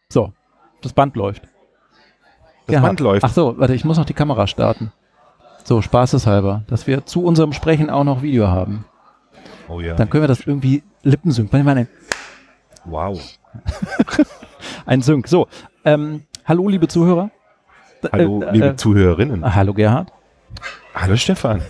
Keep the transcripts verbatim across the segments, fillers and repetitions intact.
So, das Band läuft. Das Gerhard. Band läuft. Ach so, warte, ich muss noch die Kamera starten. So, spaßeshalber, dass wir zu unserem Sprechen auch noch Video haben. Oh ja. Dann können wir das irgendwie lippensync. Ich meine, Wow. ein Sync. So, ähm, hallo liebe Zuhörer. Hallo Äh, liebe äh, Zuhörerinnen. äh, hallo Gerhard. Hallo Stefan.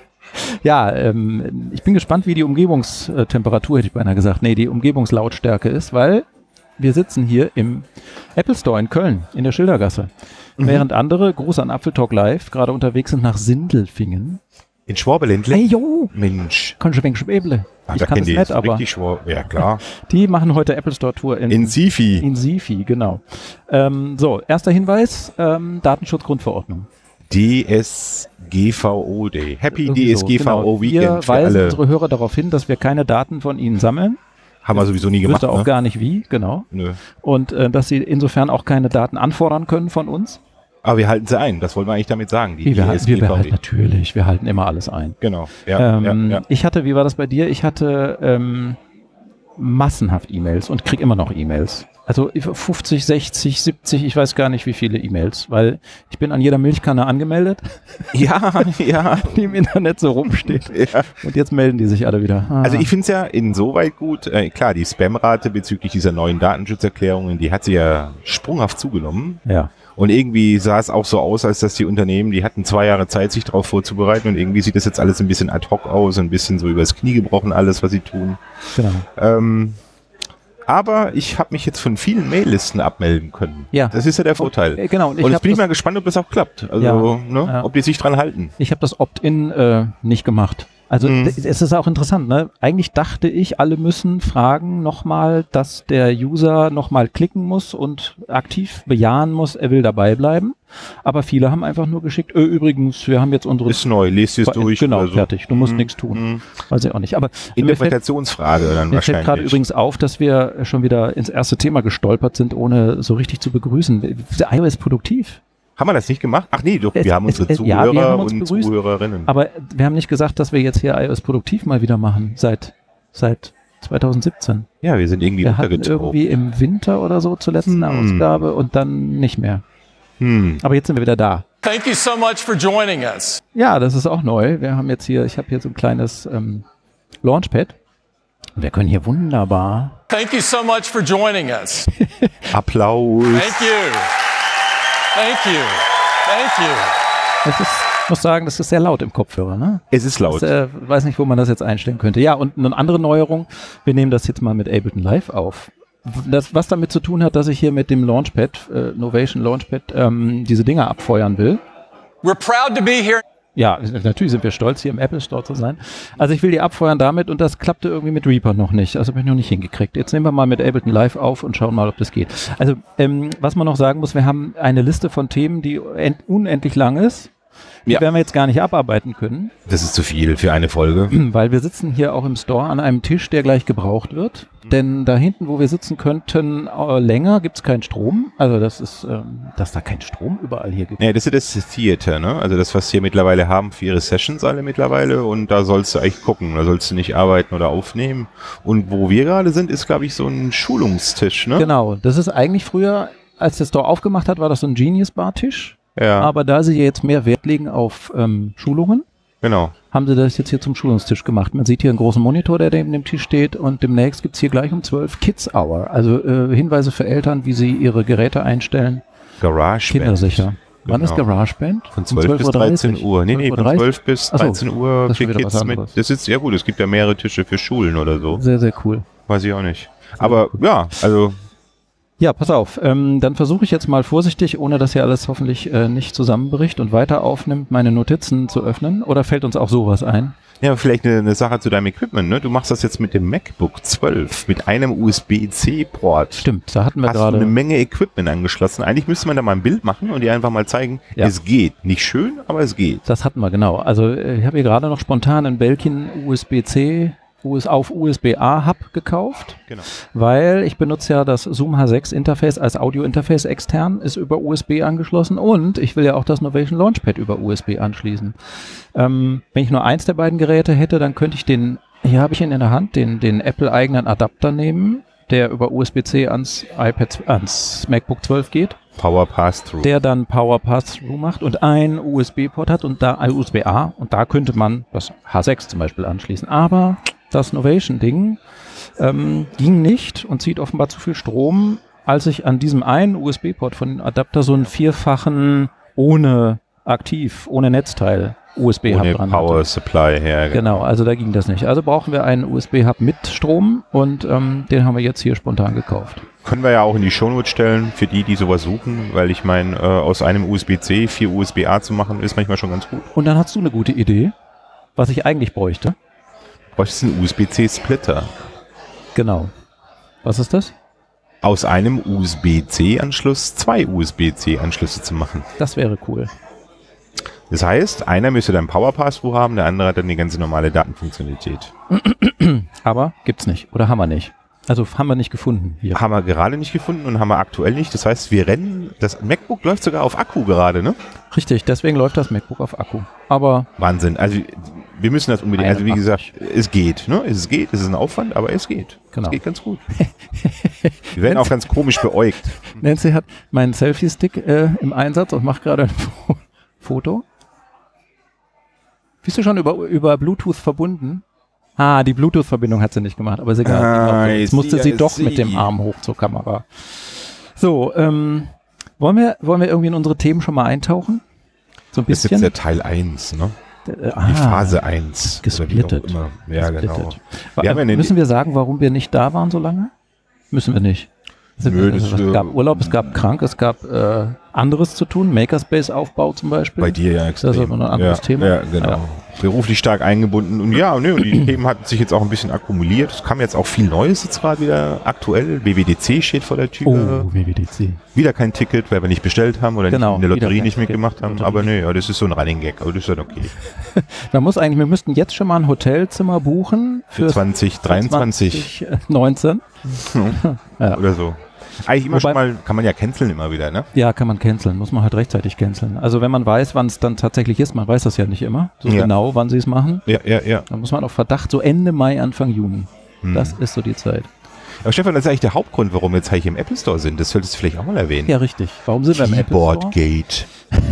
Ja, ähm, ich bin gespannt, wie die Umgebungstemperatur, hätte ich beinahe gesagt, nee, die Umgebungslautstärke ist, weil wir sitzen hier im Apple Store in Köln, in der Schildergasse. Mhm. Während andere, Gruß an Apfeltalk Live, gerade unterwegs sind nach Sindelfingen. In Schwabeländle? Hey, jo! Mensch. Kannst du ein wenig Schwäble? Ah, Ich da kann kennt es die nicht, jetzt aber richtig Schwab. Ja, klar. die machen heute Apple Store Tour in, In Sifi. in Sifi, genau. Ähm, so, erster Hinweis, ähm, Datenschutzgrundverordnung. D S G V O Day. Happy Irgendwie D S G V O genau. Weekend Wir für weisen alle. unsere Hörer darauf hin, dass wir keine Daten von ihnen sammeln. Haben wir sowieso nie gemacht, Wüsste auch ne? gar nicht wie, genau. Nö. Und äh, dass sie insofern auch keine Daten anfordern können von uns. Aber wir halten sie ein. Das wollen wir eigentlich damit sagen. Die Wie, wir, halten, wir, wir D S G V O halten D. natürlich, wir halten immer alles ein. Genau. Ja, ähm, ja, ja. Ich hatte, wie war das bei dir? Ich hatte ähm, massenhaft E-Mails und kriege immer noch E-Mails. Also fünfzig, sechzig, siebzig, ich weiß gar nicht wie viele E-Mails, weil ich bin an jeder Milchkanne angemeldet, Ja, ja. die im Internet so rumsteht. ja. Und jetzt melden die sich alle wieder. Ah. Also ich finde es ja insoweit gut, äh, klar, die Spam-Rate bezüglich dieser neuen Datenschutzerklärungen, die hat sie ja sprunghaft zugenommen. Ja. Und irgendwie sah es auch so aus, als dass die Unternehmen, die hatten zwei Jahre Zeit, sich darauf vorzubereiten und irgendwie sieht das jetzt alles ein bisschen ad hoc aus, ein bisschen so übers Knie gebrochen, alles, was sie tun. Genau. Ähm, aber ich habe mich jetzt von vielen Maillisten abmelden können. Ja. Das ist ja der Vorteil. Äh, genau. Und ich Und jetzt hab bin ich das- mal gespannt, ob das auch klappt. Also, Ja. ne, Ja. ob die sich dran halten. Ich habe das Opt-in äh, nicht gemacht. Also Mhm. d- es ist auch interessant, ne? Eigentlich dachte ich, alle müssen fragen nochmal, dass der User nochmal klicken muss und aktiv bejahen muss, er will dabei bleiben. Aber viele haben einfach nur geschickt, äh, übrigens, wir haben jetzt unsere... Ist neu, lest es durch. Genau, oder so. fertig. Du musst Mhm. nichts tun. Mhm. Weiß ich auch nicht. Aber mir fällt, Interpretationsfrage dann mir fällt wahrscheinlich. gerade übrigens auf, dass wir schon wieder ins erste Thema gestolpert sind, ohne so richtig zu begrüßen. iOS produktiv. Haben wir das nicht gemacht? Ach nee, doch, Es- wir haben es- unsere es- ja, Zuhörer wir haben uns und begrüßt. Zuhörerinnen. Aber wir haben nicht gesagt, dass wir jetzt hier iOS produktiv mal wieder machen, seit, seit zwanzig siebzehn. Ja, wir sind irgendwie Wir hatten untergetaucht. irgendwie im Winter oder so zur letzten Hm. Ausgabe und dann nicht mehr. Hm. Aber jetzt sind wir wieder da. Thank you so much for joining us. Ja, das ist auch neu. Wir haben jetzt hier, ich habe hier so ein kleines ähm, Launchpad. Und wir können hier wunderbar. Thank you so much for joining us. Applaus. Thank you. Thank you. Thank you. Das ist, ich muss sagen, das ist sehr laut im Kopfhörer, ne? Es ist laut. Ich äh, weiß nicht, wo man das jetzt einstellen könnte. Ja, und eine andere Neuerung, wir nehmen das jetzt mal mit Ableton Live auf. Das, was damit zu tun hat, dass ich hier mit dem Launchpad, äh, Novation Launchpad, ähm, diese Dinger abfeuern will. We're proud to be here. Ja, natürlich sind wir stolz, hier im Apple Store zu sein. Also ich will die abfeuern damit und das klappte irgendwie mit Reaper noch nicht. Also habe ich noch nicht hingekriegt. Jetzt nehmen wir mal mit Ableton Live auf und schauen mal, ob das geht. Also ähm, was man noch sagen muss, wir haben eine Liste von Themen, die end- unendlich lang ist. Die Ja. werden wir jetzt gar nicht abarbeiten können, Das ist zu viel für eine Folge. weil wir sitzen hier auch im Store an einem Tisch, der gleich gebraucht wird. Denn da hinten, wo wir sitzen könnten, äh, länger gibt es keinen Strom. Also das ist, ähm, dass da kein Strom überall hier gibt. Ja, das ist das Theater, ne? Also das, was wir mittlerweile haben für ihre Sessions alle mittlerweile. Und da sollst du eigentlich gucken. Da sollst du nicht arbeiten oder aufnehmen. Und wo wir gerade sind, ist, glaube ich, so ein Schulungstisch, ne? Genau, das ist eigentlich früher, als der Store aufgemacht hat, war das so ein Genius-Bar-Tisch. Ja, Aber da sie jetzt mehr Wert legen auf ähm, Schulungen, genau. haben sie das jetzt hier zum Schulungstisch gemacht. Man sieht hier einen großen Monitor, der neben dem Tisch steht und demnächst gibt es hier gleich um zwölf Kids Hour. Also äh, Hinweise für Eltern, wie sie ihre Geräte einstellen. GarageBand. Kindersicher. Wann ist Genau. GarageBand? Von Um zwölf bis dreizehn Uhr. Nee, nee, von zwölf Uhr dreißig? zwölf bis Ach so, dreizehn Uhr das ist für schon wieder was Kids mit. anderes. Das ist, ja gut, es gibt ja mehrere Tische für Schulen oder so. Sehr, sehr cool. Weiß ich auch nicht. Aber ja, also Ja, pass auf. Ähm, dann versuche ich jetzt mal vorsichtig, ohne dass hier alles hoffentlich äh, nicht zusammenbricht und weiter aufnimmt, meine Notizen zu öffnen. Oder fällt uns auch sowas ein? ja, vielleicht eine, eine Sache zu deinem Equipment, ne? Du machst das jetzt mit dem MacBook zwölf, mit einem U S B C Port. Stimmt, da hatten wir Hast du eine gerade. Menge Equipment angeschlossen. Eigentlich müsste man da mal ein Bild machen und dir einfach mal zeigen, Ja. es geht. Nicht schön, aber es geht. Das hatten wir, genau. Also äh, ich habe hier gerade noch spontan einen Belkin U S B C U S auf U S B A Hub gekauft, Genau. weil ich benutze ja das Zoom H sechs Interface als Audio-Interface extern, ist über U S B angeschlossen und ich will ja auch das Novation Launchpad über U S B anschließen. Ähm, wenn ich nur eins der beiden Geräte hätte, dann könnte ich den, hier habe ich ihn in der Hand, den, den Apple-eigenen Adapter nehmen, der über U S B C ans iPad, ans MacBook zwölf geht. Power Pass-Through. Der dann Power Pass-Through macht und ein U S B-Port hat und da ein U S B A und da könnte man das H sechs zum Beispiel anschließen. Aber das Novation-Ding ähm, ging nicht und zieht offenbar zu viel Strom, als ich an diesem einen U S B-Port von dem Adapter so einen vierfachen ohne aktiv, ohne Netzteil U S B-Hub Ohne dran Power hatte. Supply her. Genau, also da ging das nicht. Also brauchen wir einen U S B-Hub mit Strom und ähm, den haben wir jetzt hier spontan gekauft. Können wir ja auch in die Shownotes stellen, für die, die sowas suchen, weil ich meine, äh, aus einem U S B C vier U S B A zu machen, ist manchmal schon ganz gut. Und dann hast du eine gute Idee, was ich eigentlich bräuchte. Bräuchtest du einen U S B C-Splitter. Genau. Was ist das? Aus einem U S B C-Anschluss zwei U S B C-Anschlüsse zu machen. Das wäre cool. Das heißt, einer müsste dann Power Pass-Through haben, der andere hat dann die ganze normale Datenfunktionalität. Aber gibt's nicht oder haben wir nicht. Also haben wir nicht gefunden hier. Haben wir gerade nicht gefunden und haben wir aktuell nicht. Das heißt, wir rennen, das MacBook läuft sogar auf Akku gerade, ne? Richtig, deswegen läuft das MacBook auf Akku. Aber Wahnsinn. Also wir müssen das unbedingt, also wie einundachtzig. gesagt, es geht, ne? Es geht, es ist ein Aufwand, aber es geht. Genau. Es geht ganz gut. Wir werden auch ganz komisch beäugt. Nancy hat meinen Selfie-Stick äh, im Einsatz und macht gerade ein Fo- Foto. Bist du schon über, über Bluetooth verbunden? Ah, die Bluetooth-Verbindung hat sie nicht gemacht, aber ist egal. Ah, Jetzt jetzt musste sie- sie jetzt doch mit sie. dem Arm hoch zur Kamera. So, ähm, wollen wir, wollen wir irgendwie in unsere Themen schon mal eintauchen? So ein Das ist bisschen? jetzt der Teil eins, ne? Äh, Die Phase eins. oder wie auch gesplittet. immer. Ja, genau. gesplittet. Wir haben ja eine- Müssen wir sagen, warum wir nicht da waren so lange? Müssen wir nicht. Sind Nö, wir, das, also, es äh, gab Urlaub, es gab krank, es gab äh, anderes zu tun, Makerspace-Aufbau zum Beispiel. Bei dir ja extrem. Das ist aber noch ein anderes ja, Thema. Ja, genau. Ja. Beruflich stark eingebunden. Und ja, nö, die Themen hatten sich jetzt auch ein bisschen akkumuliert. Es kam jetzt auch viel Neues jetzt gerade wieder aktuell. W W D C steht vor der Tür. Oh, W W D C. Wieder kein Ticket, weil wir nicht bestellt haben oder Genau, nicht in der wieder Lotterie kein nicht Ticket. mitgemacht haben. Lotterie. Aber nö, ja, das ist so ein Running Gag. Aber das ist dann okay. Man muss eigentlich, wir müssten jetzt schon mal ein Hotelzimmer buchen Für für zwanzig dreiundzwanzig zwanzig neunzehn. Ja. oder so. Eigentlich immer Wobei- schon mal, kann man ja canceln immer wieder, ne? Ja, kann man canceln, muss man halt rechtzeitig canceln. Also wenn man weiß, wann es dann tatsächlich ist, man weiß das ja nicht immer, so Ja. genau, wann sie es machen, Ja, ja, ja. dann muss man auf Verdacht so Ende Mai, Anfang Juni. Hm. Das ist so die Zeit. Aber Stefan, das ist eigentlich der Hauptgrund, warum wir jetzt hier im Apple Store sind. Das solltest du vielleicht auch mal erwähnen. Ja, richtig. Warum sind wir im Apple Store? Keyboardgate,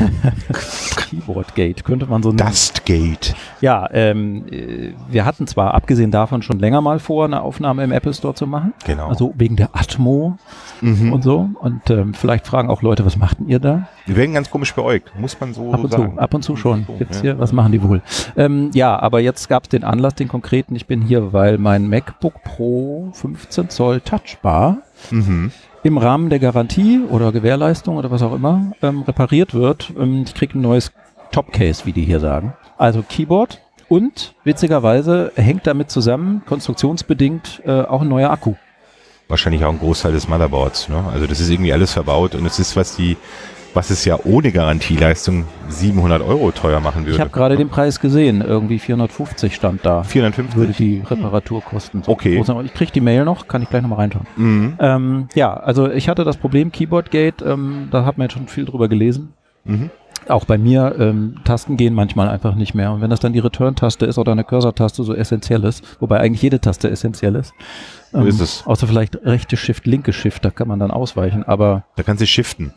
Keyboardgate, könnte man so nennen. Dustgate. Ja, ähm, äh, wir hatten zwar abgesehen davon schon länger mal vor, eine Aufnahme im Apple Store zu machen. Genau. Also wegen der Atmo Mhm. und so. Und ähm, vielleicht fragen auch Leute, was macht denn ihr da? Wir werden ganz komisch beäugt, muss man so Ab und sagen. zu, ab und zu schon. Gibt's ja. hier, was machen die wohl? Ähm, ja, aber jetzt gab es den Anlass, den konkreten. Ich bin hier, weil mein MacBook Pro fünfzehn Zoll Touchbar Mhm. im Rahmen der Garantie oder Gewährleistung oder was auch immer ähm, repariert wird. Ähm, ich kriege ein neues Topcase, wie die hier sagen. Also Keyboard und witzigerweise hängt damit zusammen, konstruktionsbedingt, äh, auch ein neuer Akku. Wahrscheinlich auch ein Großteil des Motherboards. Ne? Also das ist irgendwie alles verbaut und es ist, was die, was es ja ohne Garantieleistung siebenhundert Euro teuer machen würde. Ich habe gerade den Preis gesehen, irgendwie vierhundertfünfzig stand da. vierhundertfünfzig? Würde die Reparatur kosten. So. Okay. Ich kriege die Mail noch, kann ich gleich nochmal reinschauen. Mhm. Ähm, ja, also ich hatte das Problem Keyboardgate, ähm, da hat man jetzt schon viel drüber gelesen. Mhm. Auch bei mir, ähm, Tasten gehen manchmal einfach nicht mehr. Und wenn das dann die Return-Taste ist oder eine Cursor-Taste so essentiell ist, wobei eigentlich jede Taste essentiell ist. So ist es. Außer vielleicht rechte Shift, linke Shift, da kann man dann ausweichen, aber Da kannst du shiften.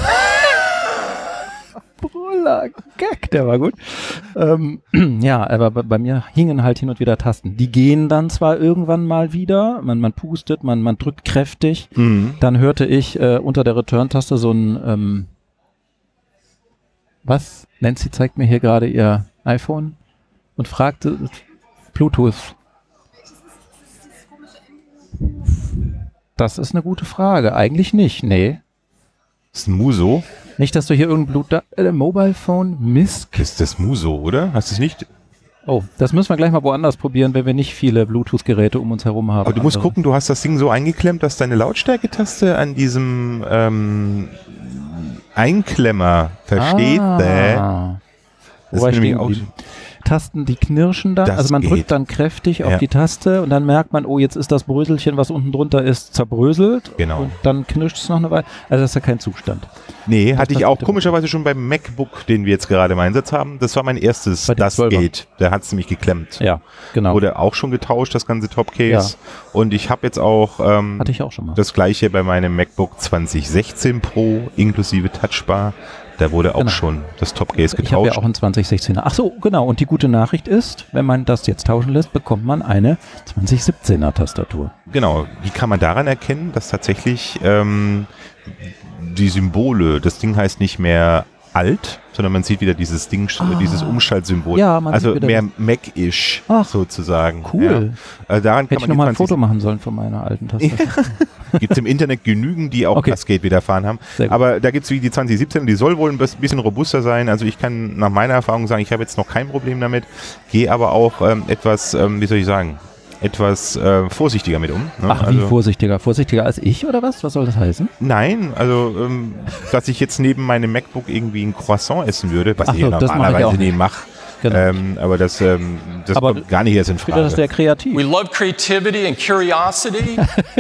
Brüller, Gag, der war gut. Ähm, ja, aber bei, bei mir hingen halt hin und wieder Tasten. Die gehen dann zwar irgendwann mal wieder, man, man pustet, man, man drückt kräftig. Mhm. Dann hörte ich äh, unter der Return-Taste so ein ähm, was? Nancy zeigt mir hier gerade ihr iPhone und fragte Bluetooth. Das ist eine gute Frage. Eigentlich nicht, nee. Das ist ein Muso. Nicht, dass du hier irgendein Blut... Da, äh, Mobile Phone Misk. Das ist das Muso, oder? Hast du es nicht? Oh, das müssen wir gleich mal woanders probieren, wenn wir nicht viele Bluetooth-Geräte um uns herum haben. Aber du musst andere. gucken, du hast das Ding so eingeklemmt, dass deine Lautstärketaste an diesem ähm, Einklemmer versteht. Ah. Das Wo war ist ich nämlich stehen auch, geblieben? Tasten, die knirschen dann. Das also man geht. drückt dann kräftig auf Ja. die Taste und dann merkt man, oh, jetzt ist das Bröselchen, was unten drunter ist, zerbröselt. Genau. Und dann knirscht es noch eine Weile. Also das ist ja kein Zustand. Nee, hatte ich das auch bitte- komischerweise schon beim MacBook, den wir jetzt gerade im Einsatz haben. Das war mein erstes, Bei dem das zwölfer. geht. Da hat es nämlich geklemmt. Ja, genau. Wurde auch schon getauscht, das ganze Topcase. Ja. Und ich habe jetzt auch ähm, Hatte ich auch schon mal. das gleiche bei meinem MacBook zwanzig sechzehn Pro inklusive Touchbar. Da wurde auch Genau. schon das Topcase Ich habe getauscht. ja auch einen zwanzig sechzehner. Ach so, genau. Und die gute Nachricht ist, wenn man das jetzt tauschen lässt, bekommt man eine zwanzig siebzehner Tastatur. Genau, die kann man daran erkennen, dass tatsächlich ähm, die Symbole, das Ding heißt nicht mehr alt, sondern man sieht wieder dieses Ding, Ah. dieses Umschaltsymbol. Ja, man also sieht wieder mehr das- Mac-ish Ach, sozusagen. cool. Ja. Äh, daran Hätte kann ich man nochmal die ein Foto machen sollen von meiner alten Tastatur. Gibt es im Internet genügend, die auch Okay. Cascade widerfahren haben. Sehr gut. Aber da gibt es wie die zwanzig siebzehn, die soll wohl ein bisschen robuster sein. Also ich kann nach meiner Erfahrung sagen, ich habe jetzt noch kein Problem damit, gehe aber auch ähm, etwas, ähm, wie soll ich sagen, etwas äh, vorsichtiger mit um. Ne? Ach, wie also, vorsichtiger? Vorsichtiger als ich oder was? Was soll das heißen? Nein, also ähm, dass ich jetzt neben meinem MacBook irgendwie ein Croissant essen würde, was Ach ich so, das mache ich normalerweise auch nie nicht. mache. Genau. Ähm, aber das, ähm, das Aber kommt gar nicht erst in Ich finde das Frage. sehr kreativ. We love creativity and curiosity.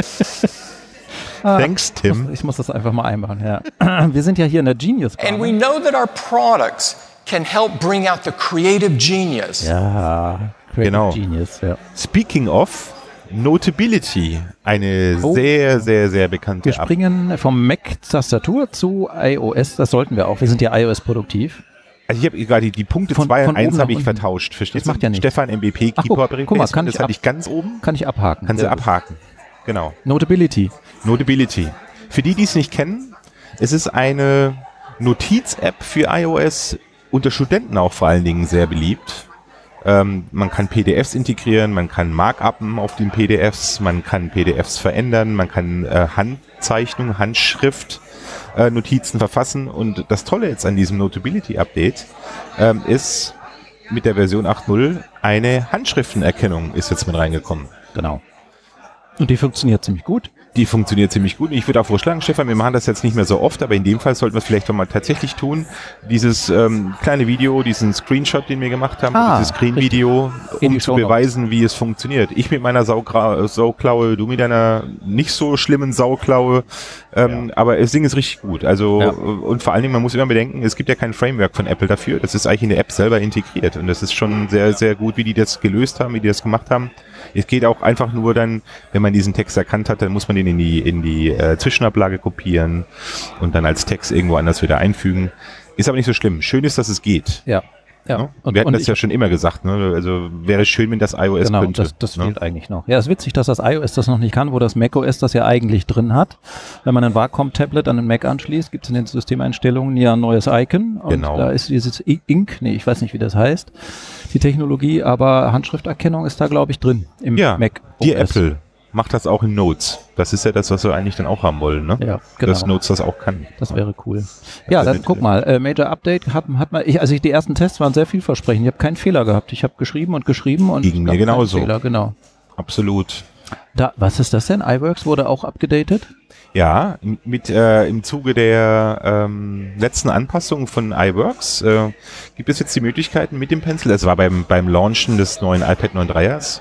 Thanks, Tim. Ich muss das einfach mal einbauen, ja. Wir sind ja hier in der Genius Bar. And we know that our products can help bring out the creative genius. Ja, Creative Genau. Genius, ja. Speaking of Notability, eine Oh. sehr, sehr, sehr bekannte Wir springen vom Mac-Tastatur zu iOS, das sollten wir auch. Wir sind ja iOS-produktiv. Also ich habe gerade die, die Punkte Von- zwei von und eins oben habe nach ich unten. vertauscht. Verstehst Das macht du? ja nichts. Stefan M B P Ach, guck- Keyboard guck mal, kann das ich hatte ab- ich ganz oben. Kann ich abhaken. Kannst Sehr du gut. abhaken. Genau. Notability. Notability. Für die, die es nicht kennen, es ist eine Notiz-App für iOS, unter Studenten auch vor allen Dingen sehr beliebt. Ähm, man kann P D Fs integrieren, man kann Markuppen auf den P D Fs, man kann P D Fs verändern, man kann äh, Handzeichnung, Handschrift, äh, Notizen verfassen. Und das Tolle jetzt an diesem Notability-Update ähm, ist, mit der Version acht Punkt null eine Handschriftenerkennung ist jetzt mit reingekommen. Genau. Und die funktioniert ziemlich gut. Die funktioniert ziemlich gut. Ich würde auch vorschlagen, Stefan, wir machen das jetzt nicht mehr so oft, aber in dem Fall sollten wir es vielleicht doch mal tatsächlich tun. Dieses ähm, kleine Video, diesen Screenshot, den wir gemacht haben, Ah, dieses Screen-Video, In die um zu Shownotes. beweisen, wie es funktioniert. Ich mit meiner Saugra Sauklaue, du mit deiner nicht so schlimmen Sauklaue, ähm, aber das Ding ist richtig gut. Also Ja. und vor allen Dingen, man muss immer bedenken, es gibt ja kein Framework von Apple dafür. Das ist eigentlich in der App selber integriert und das ist schon sehr, sehr gut, wie die das gelöst haben, wie die das gemacht haben. Es geht auch einfach nur dann, wenn man diesen Text erkannt hat, dann muss man den in die, in die äh, Zwischenablage kopieren und dann als Text irgendwo anders wieder einfügen. Ist aber nicht so schlimm. Schön ist, dass es geht. Ja. Ja. Ne? Wir hatten das ja schon immer gesagt. Ne? Also wäre schön, wenn das iOS Genau, könnte. das, das ne? fehlt eigentlich noch. Ja, ist witzig, dass das iOS das noch nicht kann, wo das macOS das ja eigentlich drin hat. Wenn man ein Wacom-Tablet an den Mac anschließt, gibt es in den Systemeinstellungen ja ein neues Icon. Und Genau. da ist dieses I- Ink, nee, ich weiß nicht, wie das heißt, die Technologie, aber Handschrifterkennung ist da, glaube ich, drin im Ja, Mac. die Apple macht das auch in Notes. Das ist ja das, was wir eigentlich dann auch haben wollen. Ne? Ja, genau. Dass Notes das auch kann. Das wäre cool. Ja, dann mit- guck mal, äh, Major Update hat, hat man, ich, also ich, die ersten Tests waren sehr vielversprechend. Ich habe keinen Fehler gehabt. Ich habe geschrieben und geschrieben und Ging mir gab keinen genauso. Fehler, genau. Absolut. Da, was ist das denn? iWorks wurde auch abgedatet? Ja, m- mit äh, im Zuge der ähm, letzten Anpassung von iWorks äh, gibt es jetzt die Möglichkeiten mit dem Pencil. Es war beim beim Launchen des neuen iPad neun Dreiers.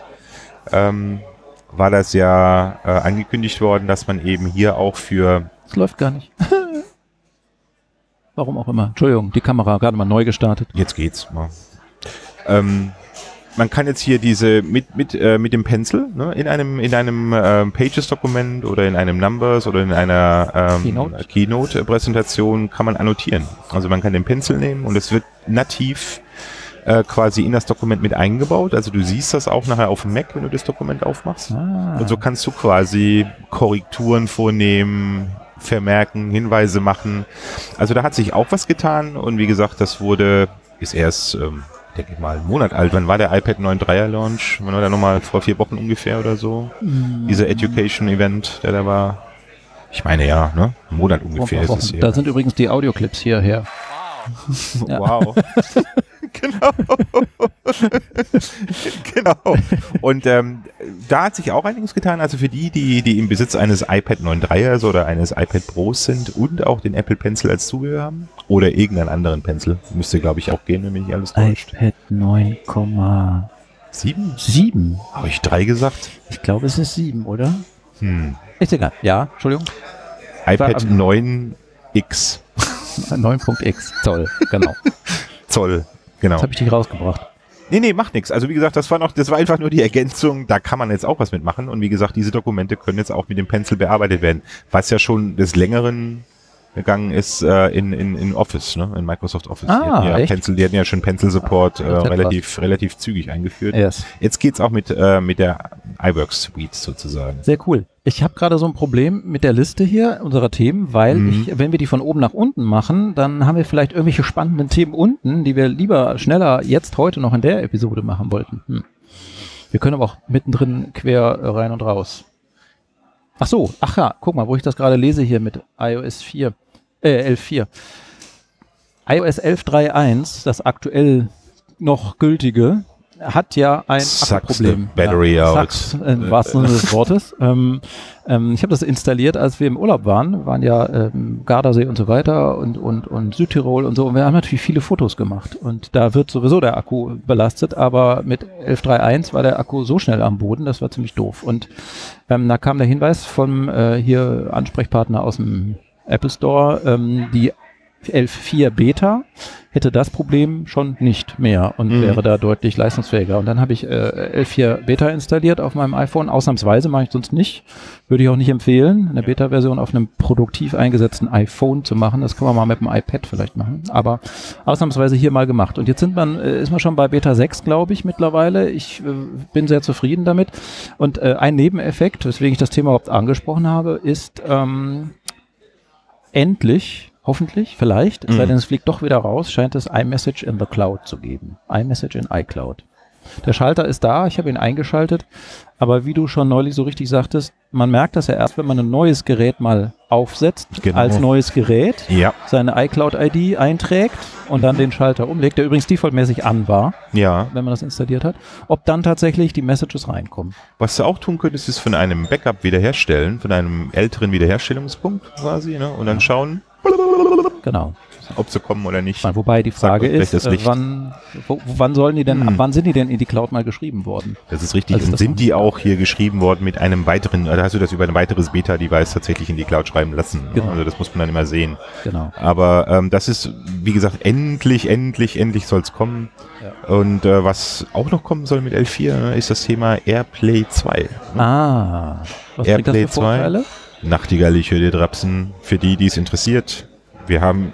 Ähm, war das ja äh, angekündigt worden, dass man eben hier auch für Es läuft gar nicht. Warum auch immer. Entschuldigung, die Kamera gerade mal neu gestartet. jetzt geht's mal. Ähm, man kann jetzt hier diese mit mit äh, mit dem Pencil ne, in einem in einem ähm, Pages-Dokument oder in einem Numbers oder in einer ähm, Keynote. Keynote-Präsentation kann man annotieren. Also man kann den Pencil nehmen und es wird nativ äh, quasi in das Dokument mit eingebaut. Also du siehst das auch nachher auf dem Mac, wenn du das Dokument aufmachst. Ah, Und so kannst du quasi Korrekturen vornehmen, vermerken, Hinweise machen. Also da hat sich auch was getan und wie gesagt, das wurde, ist erst, ähm, denke ich mal, einen Monat alt. Wann war der iPad neun Dreier Launch? Wann war der nochmal? Vor vier Wochen ungefähr oder so? Dieser Education-Event, der da war. Ich meine ja, ne? Ein Monat ungefähr ist es hier. da sind übrigens die Audioclips hierher. Wow. Ja. Wow. Genau. Genau. Und ähm, da hat sich auch einiges getan. Also für die, die, die im Besitz eines iPad neun Punkt drei ers oder eines iPad Pros sind und auch den Apple Pencil als Zubehör haben oder irgendeinen anderen Pencil, müsste glaube ich auch gehen, wenn mich nicht alles täuscht. iPad neun Komma sieben? Sieben? Habe ich drei gesagt? Ich glaube, es ist sieben, oder? Hm. Ist egal. Ja, Entschuldigung. iPad neun X. neun Punkt x Zoll, genau. Zoll, genau. Das habe ich dich rausgebracht. Nee, nee, macht nichts. Also wie gesagt, das war noch, das war einfach nur die Ergänzung, da kann man jetzt auch was mitmachen. Und wie gesagt, diese Dokumente können jetzt auch mit dem Pencil bearbeitet werden, was ja schon des Längeren gegangen ist äh, in, in, in Office, ne? In Microsoft Office. Ah, die, hatten ja echt? Pencil, die hatten ja schon Pencil Support äh, Ah, relativ, relativ zügig eingeführt. Yes. Jetzt geht's auch mit, äh, mit der iWorks Suite sozusagen. Sehr cool. Ich habe gerade so ein Problem mit der Liste hier unserer Themen, weil Mhm. ich, wenn wir die von oben nach unten machen, dann haben wir vielleicht irgendwelche spannenden Themen unten, die wir lieber schneller jetzt heute noch in der Episode machen wollten. Hm. Wir können aber auch mittendrin quer äh, rein und raus. Ach so, ach ja, guck mal, wo ich das gerade lese hier mit iOS vier, äh, elf Punkt vier. iOS elf Punkt drei Punkt eins, das aktuell noch gültige, hat ja ein Sucks Akkuproblem. the battery ja, out. Sucks, im wahrsten Sinne des Wortes. ähm, ähm, ich habe das installiert, als wir im Urlaub waren. Wir waren ja ähm, Gardasee und so weiter und, und, und Südtirol und so. Und wir haben natürlich viele Fotos gemacht. Und da wird sowieso der Akku belastet. Aber mit elf Punkt drei Punkt eins war der Akku so schnell am Boden, das war ziemlich doof. Und ähm, da kam der Hinweis vom äh, hier Ansprechpartner aus dem Apple Store, ähm, die elf Punkt vier Beta hätte das Problem schon nicht mehr und Mhm. wäre da deutlich leistungsfähiger. Und dann habe ich äh, elf Punkt vier Beta installiert auf meinem iPhone. Ausnahmsweise mache ich sonst nicht. Würde ich auch nicht empfehlen, eine Beta-Version auf einem produktiv eingesetzten iPhone zu machen. Das kann man mal mit dem iPad vielleicht machen. Aber ausnahmsweise hier mal gemacht. Und jetzt sind man, äh, ist man schon bei Beta sechs, glaube ich, mittlerweile. Ich äh, bin sehr zufrieden damit. Und äh, ein Nebeneffekt, weswegen ich das Thema überhaupt angesprochen habe, ist ähm, endlich hoffentlich, vielleicht, es sei Mhm. denn, es fliegt doch wieder raus, scheint es iMessage in the Cloud zu geben. iMessage in iCloud. Der Schalter ist da, ich habe ihn eingeschaltet, aber wie du schon neulich so richtig sagtest, man merkt das ja erst, wenn man ein neues Gerät mal aufsetzt, Genau. als neues Gerät, Ja, seine iCloud-I D einträgt und dann den Schalter umlegt, der übrigens defaultmäßig an war, ja. wenn man das installiert hat, ob dann tatsächlich die Messages reinkommen. Was du auch tun könntest, ist von einem Backup wiederherstellen, von einem älteren Wiederherstellungspunkt quasi, ne? Und dann schauen, Genau. ob sie kommen oder nicht. Wobei die Frage Sagt uns ist, gleich das äh, Licht. wann, wo, wann sollen die denn, Hm. ab wann sind die denn in die Cloud mal geschrieben worden? Das ist richtig. Also Und das sind noch die nicht auch hier geschrieben worden mit einem weiteren, oder hast du das über ein weiteres Beta-Device tatsächlich in die Cloud schreiben lassen? ne? Genau. Also das muss man dann immer sehen. Genau. Aber ähm, das ist, wie gesagt, endlich, endlich, endlich soll es kommen. Und äh, was auch noch kommen soll mit L vier, ne, ist das Thema AirPlay zwei. Ah, was bringt das AirPlay für Vorteile? Nachtigall, ich höre dir Drapsen. Für die, die es interessiert, wir haben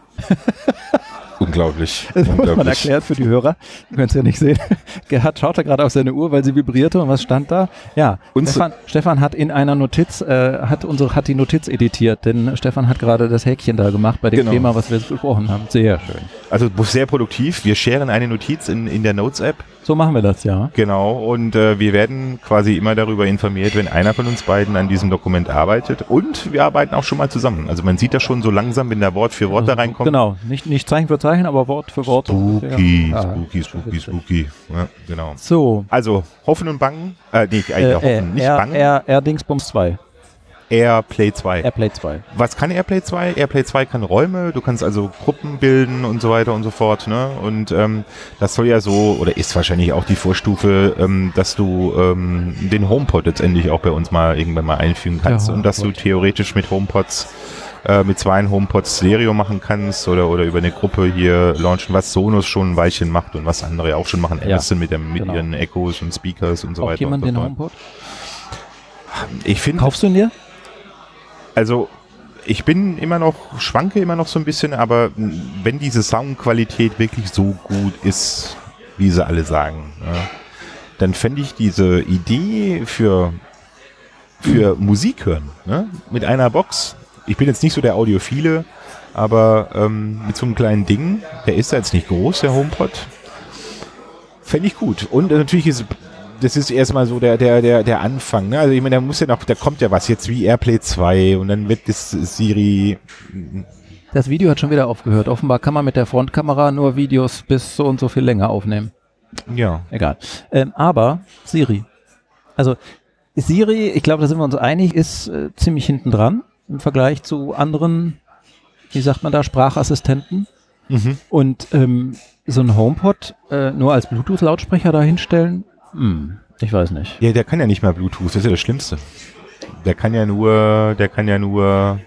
unglaublich. Das muss man unglaublich. erklären für die Hörer. Ihr könnt es ja nicht sehen. Gerhard schaute gerade auf seine Uhr, weil sie vibrierte. Und was stand da? Ja, Uns- Stefan, Stefan hat in einer Notiz, äh, hat unsere, hat die Notiz editiert, denn Stefan hat gerade das Häkchen da gemacht bei dem Genau. Thema, was wir jetzt besprochen haben. Sehr schön. Also sehr produktiv. Wir sharen eine Notiz in, in der Notes-App. So machen wir das, ja. Genau. Und äh, wir werden quasi immer darüber informiert, wenn einer von uns beiden an diesem Dokument arbeitet. Und wir arbeiten auch schon mal zusammen. Also man sieht das schon so langsam, wenn da Wort für Wort da reinkommt. Genau, nicht, nicht Zeichen für Zeichen, aber Wort für Wort. Spooky, Ja. spooky, Ah, spooky, witzig. spooky. Ja, genau. So, Also hoffen und bangen. Äh, nee, äh, äh, hoffen, äh, nicht R, bangen. R, R Dingsbums zwei. AirPlay zwei. AirPlay zwei. Was kann AirPlay zwei? AirPlay zwei kann Räume, du kannst also Gruppen bilden und so weiter und so fort. Ne? Und ähm, das soll ja so, oder ist wahrscheinlich auch die Vorstufe, ähm, dass du ähm, den HomePod letztendlich auch bei uns mal irgendwann mal einfügen kannst. Der Und dass du HomePod. theoretisch mit HomePods, äh, mit zwei HomePods Stereo machen kannst oder, oder über eine Gruppe hier launchen, was Sonos schon ein Weilchen macht und was andere auch schon machen. Ja, Amazon mit, dem, mit genau. ihren Echos und Speakers und so Braucht weiter. jemand und den so fort. HomePod? Ich finde, Kaufst du ihn dir? also ich bin immer noch, schwanke immer noch so ein bisschen, aber wenn diese Soundqualität wirklich so gut ist, wie sie alle sagen, ja, dann fände ich diese Idee für, für Musik hören, ne, mit einer Box. Ich bin jetzt nicht so der Audiophile, aber ähm, mit so einem kleinen Ding, der ist ja jetzt nicht groß, der HomePod, fände ich gut. Und natürlich ist das ist erstmal so der, der, der, der Anfang. Ne? Also ich meine, da muss ja noch, da kommt ja was jetzt wie AirPlay zwei und dann wird das Siri Das Video hat schon wieder aufgehört. Offenbar kann man mit der Frontkamera nur Videos bis so und so viel Länge aufnehmen. Ja. Egal. Ähm, aber Siri. Also Siri, ich glaube, da sind wir uns einig, ist äh, ziemlich hinten dran im Vergleich zu anderen, wie sagt man da, Sprachassistenten. Mhm. Und ähm, so ein HomePod äh, nur als Bluetooth-Lautsprecher da hinstellen, hm, ich weiß nicht. Ja, der kann ja nicht mal Bluetooth, das ist ja das Schlimmste. Der kann ja nur, der kann ja nur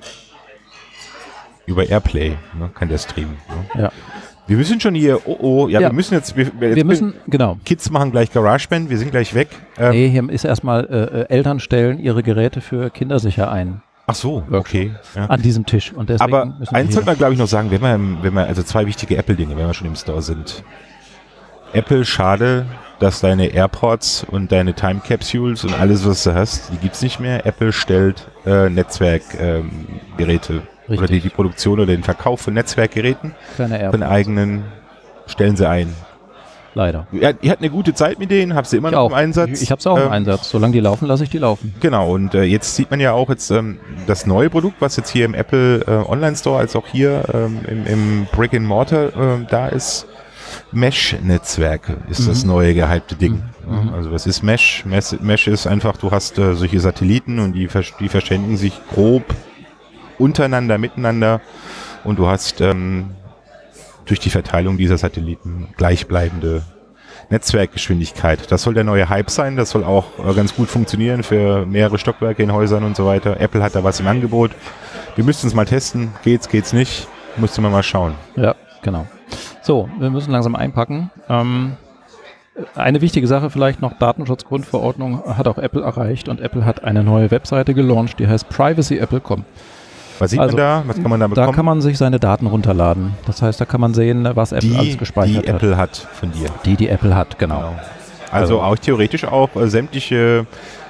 über Airplay, ne, kann der streamen. Ne? Ja. Wir müssen schon hier, oh oh, ja, Ja. wir müssen jetzt, wir, jetzt Wir müssen, genau. Kids machen gleich GarageBand, wir sind gleich weg. Ähm, Nee, hier ist erstmal, äh, äh, Eltern stellen ihre Geräte für Kinder sicher ein. Ach so, okay. Ja. An diesem Tisch. Und deswegen Aber müssen wir eins hier- sollte man, glaube ich, noch sagen, wenn wir, im- wenn wir, also zwei wichtige Apple-Dinge, wenn wir schon im Store sind. Apple, schade, dass deine AirPods und deine Time Capsules und alles, was du hast, die gibt's nicht mehr. Apple stellt äh, Netzwerkgeräte ähm, Geräte oder Richtig. die, die Produktion oder den Verkauf von Netzwerkgeräten Kleine von AirPods, eigenen stellen sie ein. leider. Ja, ich hatte eine gute Zeit mit denen, habe sie immer Ich noch auch. im Einsatz. Ich, ich habe es auch im Ähm, Einsatz. Solange die laufen, lasse ich die laufen. Genau, und äh, jetzt sieht man ja auch jetzt ähm, das neue Produkt, was jetzt hier im Apple äh, Online Store als auch hier ähm, im, im Brick and Mortar äh, da ist. Mesh-Netzwerke ist das neue gehypte Ding. Mhm. Ja, also was ist Mesh? Mesh? Mesh ist einfach, du hast äh, solche Satelliten und die, versch- die verständigen sich grob untereinander, miteinander und du hast ähm, durch die Verteilung dieser Satelliten gleichbleibende Netzwerkgeschwindigkeit. Das soll der neue Hype sein, das soll auch äh, ganz gut funktionieren für mehrere Stockwerke in Häusern und so weiter. Apple hat da was im Angebot. Wir müssten es mal testen. Geht's, geht's nicht? Müsste man mal schauen. Ja, genau. So, wir müssen langsam einpacken. Ähm, eine wichtige Sache vielleicht noch, Datenschutzgrundverordnung hat auch Apple erreicht und Apple hat eine neue Webseite gelauncht, die heißt privacy apple punkt com. Was sieht Also, man da? Was kann man da Da bekommen? kann man sich seine Daten runterladen. Das heißt, da kann man sehen, was Apple die, alles die gespeichert hat. Apple hat von dir. Die, die Apple hat, genau. Genau. Also, Also- auch theoretisch auch äh, sämtliche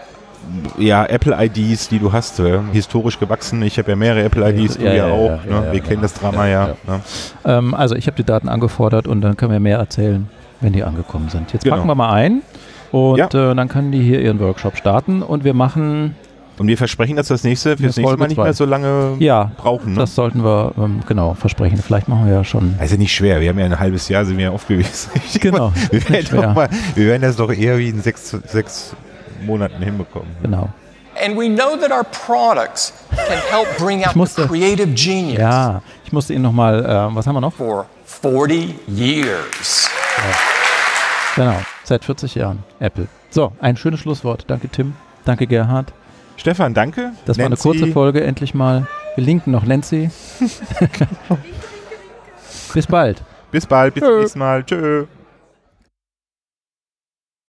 ja, Apple-I Ds, die du hast, äh, historisch gewachsen. Ich habe ja mehrere Apple-I Ds, du Ja, ja, ja, auch. ja, ne? ja, ja, Wir genau. kennen das Drama ja. Ja, Ne? Ähm, also ich habe die Daten angefordert und dann können wir mehr erzählen, wenn die angekommen sind. Jetzt Genau. packen wir mal ein und Ja. äh, dann können die hier ihren Workshop starten und wir machen, Und wir versprechen, dass das nächste fürs Das nächste Mal Folge nicht zwei. mehr so lange ja, brauchen. Ne? das sollten wir ähm, genau versprechen. Vielleicht machen wir ja schon. Also nicht schwer, wir haben ja ein halbes Jahr, sind wir ja oft gewesen. Genau, wir, nicht werden schwer. doch mal, wir werden das doch eher wie in sechs, sechs Monaten hinbekommen. Genau. And we know that our products can help bring out the musste- creative genius Ja, ich musste Ihnen nochmal, äh, was haben wir noch? for forty years. Genau, seit vierzig Jahren Apple. So, ein schönes Schlusswort. Danke Tim, danke Gerhard. Stefan, danke. Das war eine Nancy, kurze Folge, endlich mal. Wir linken noch Nancy. Bis bald. Bis bald, bis Tschö. zum nächsten Mal. Tschö.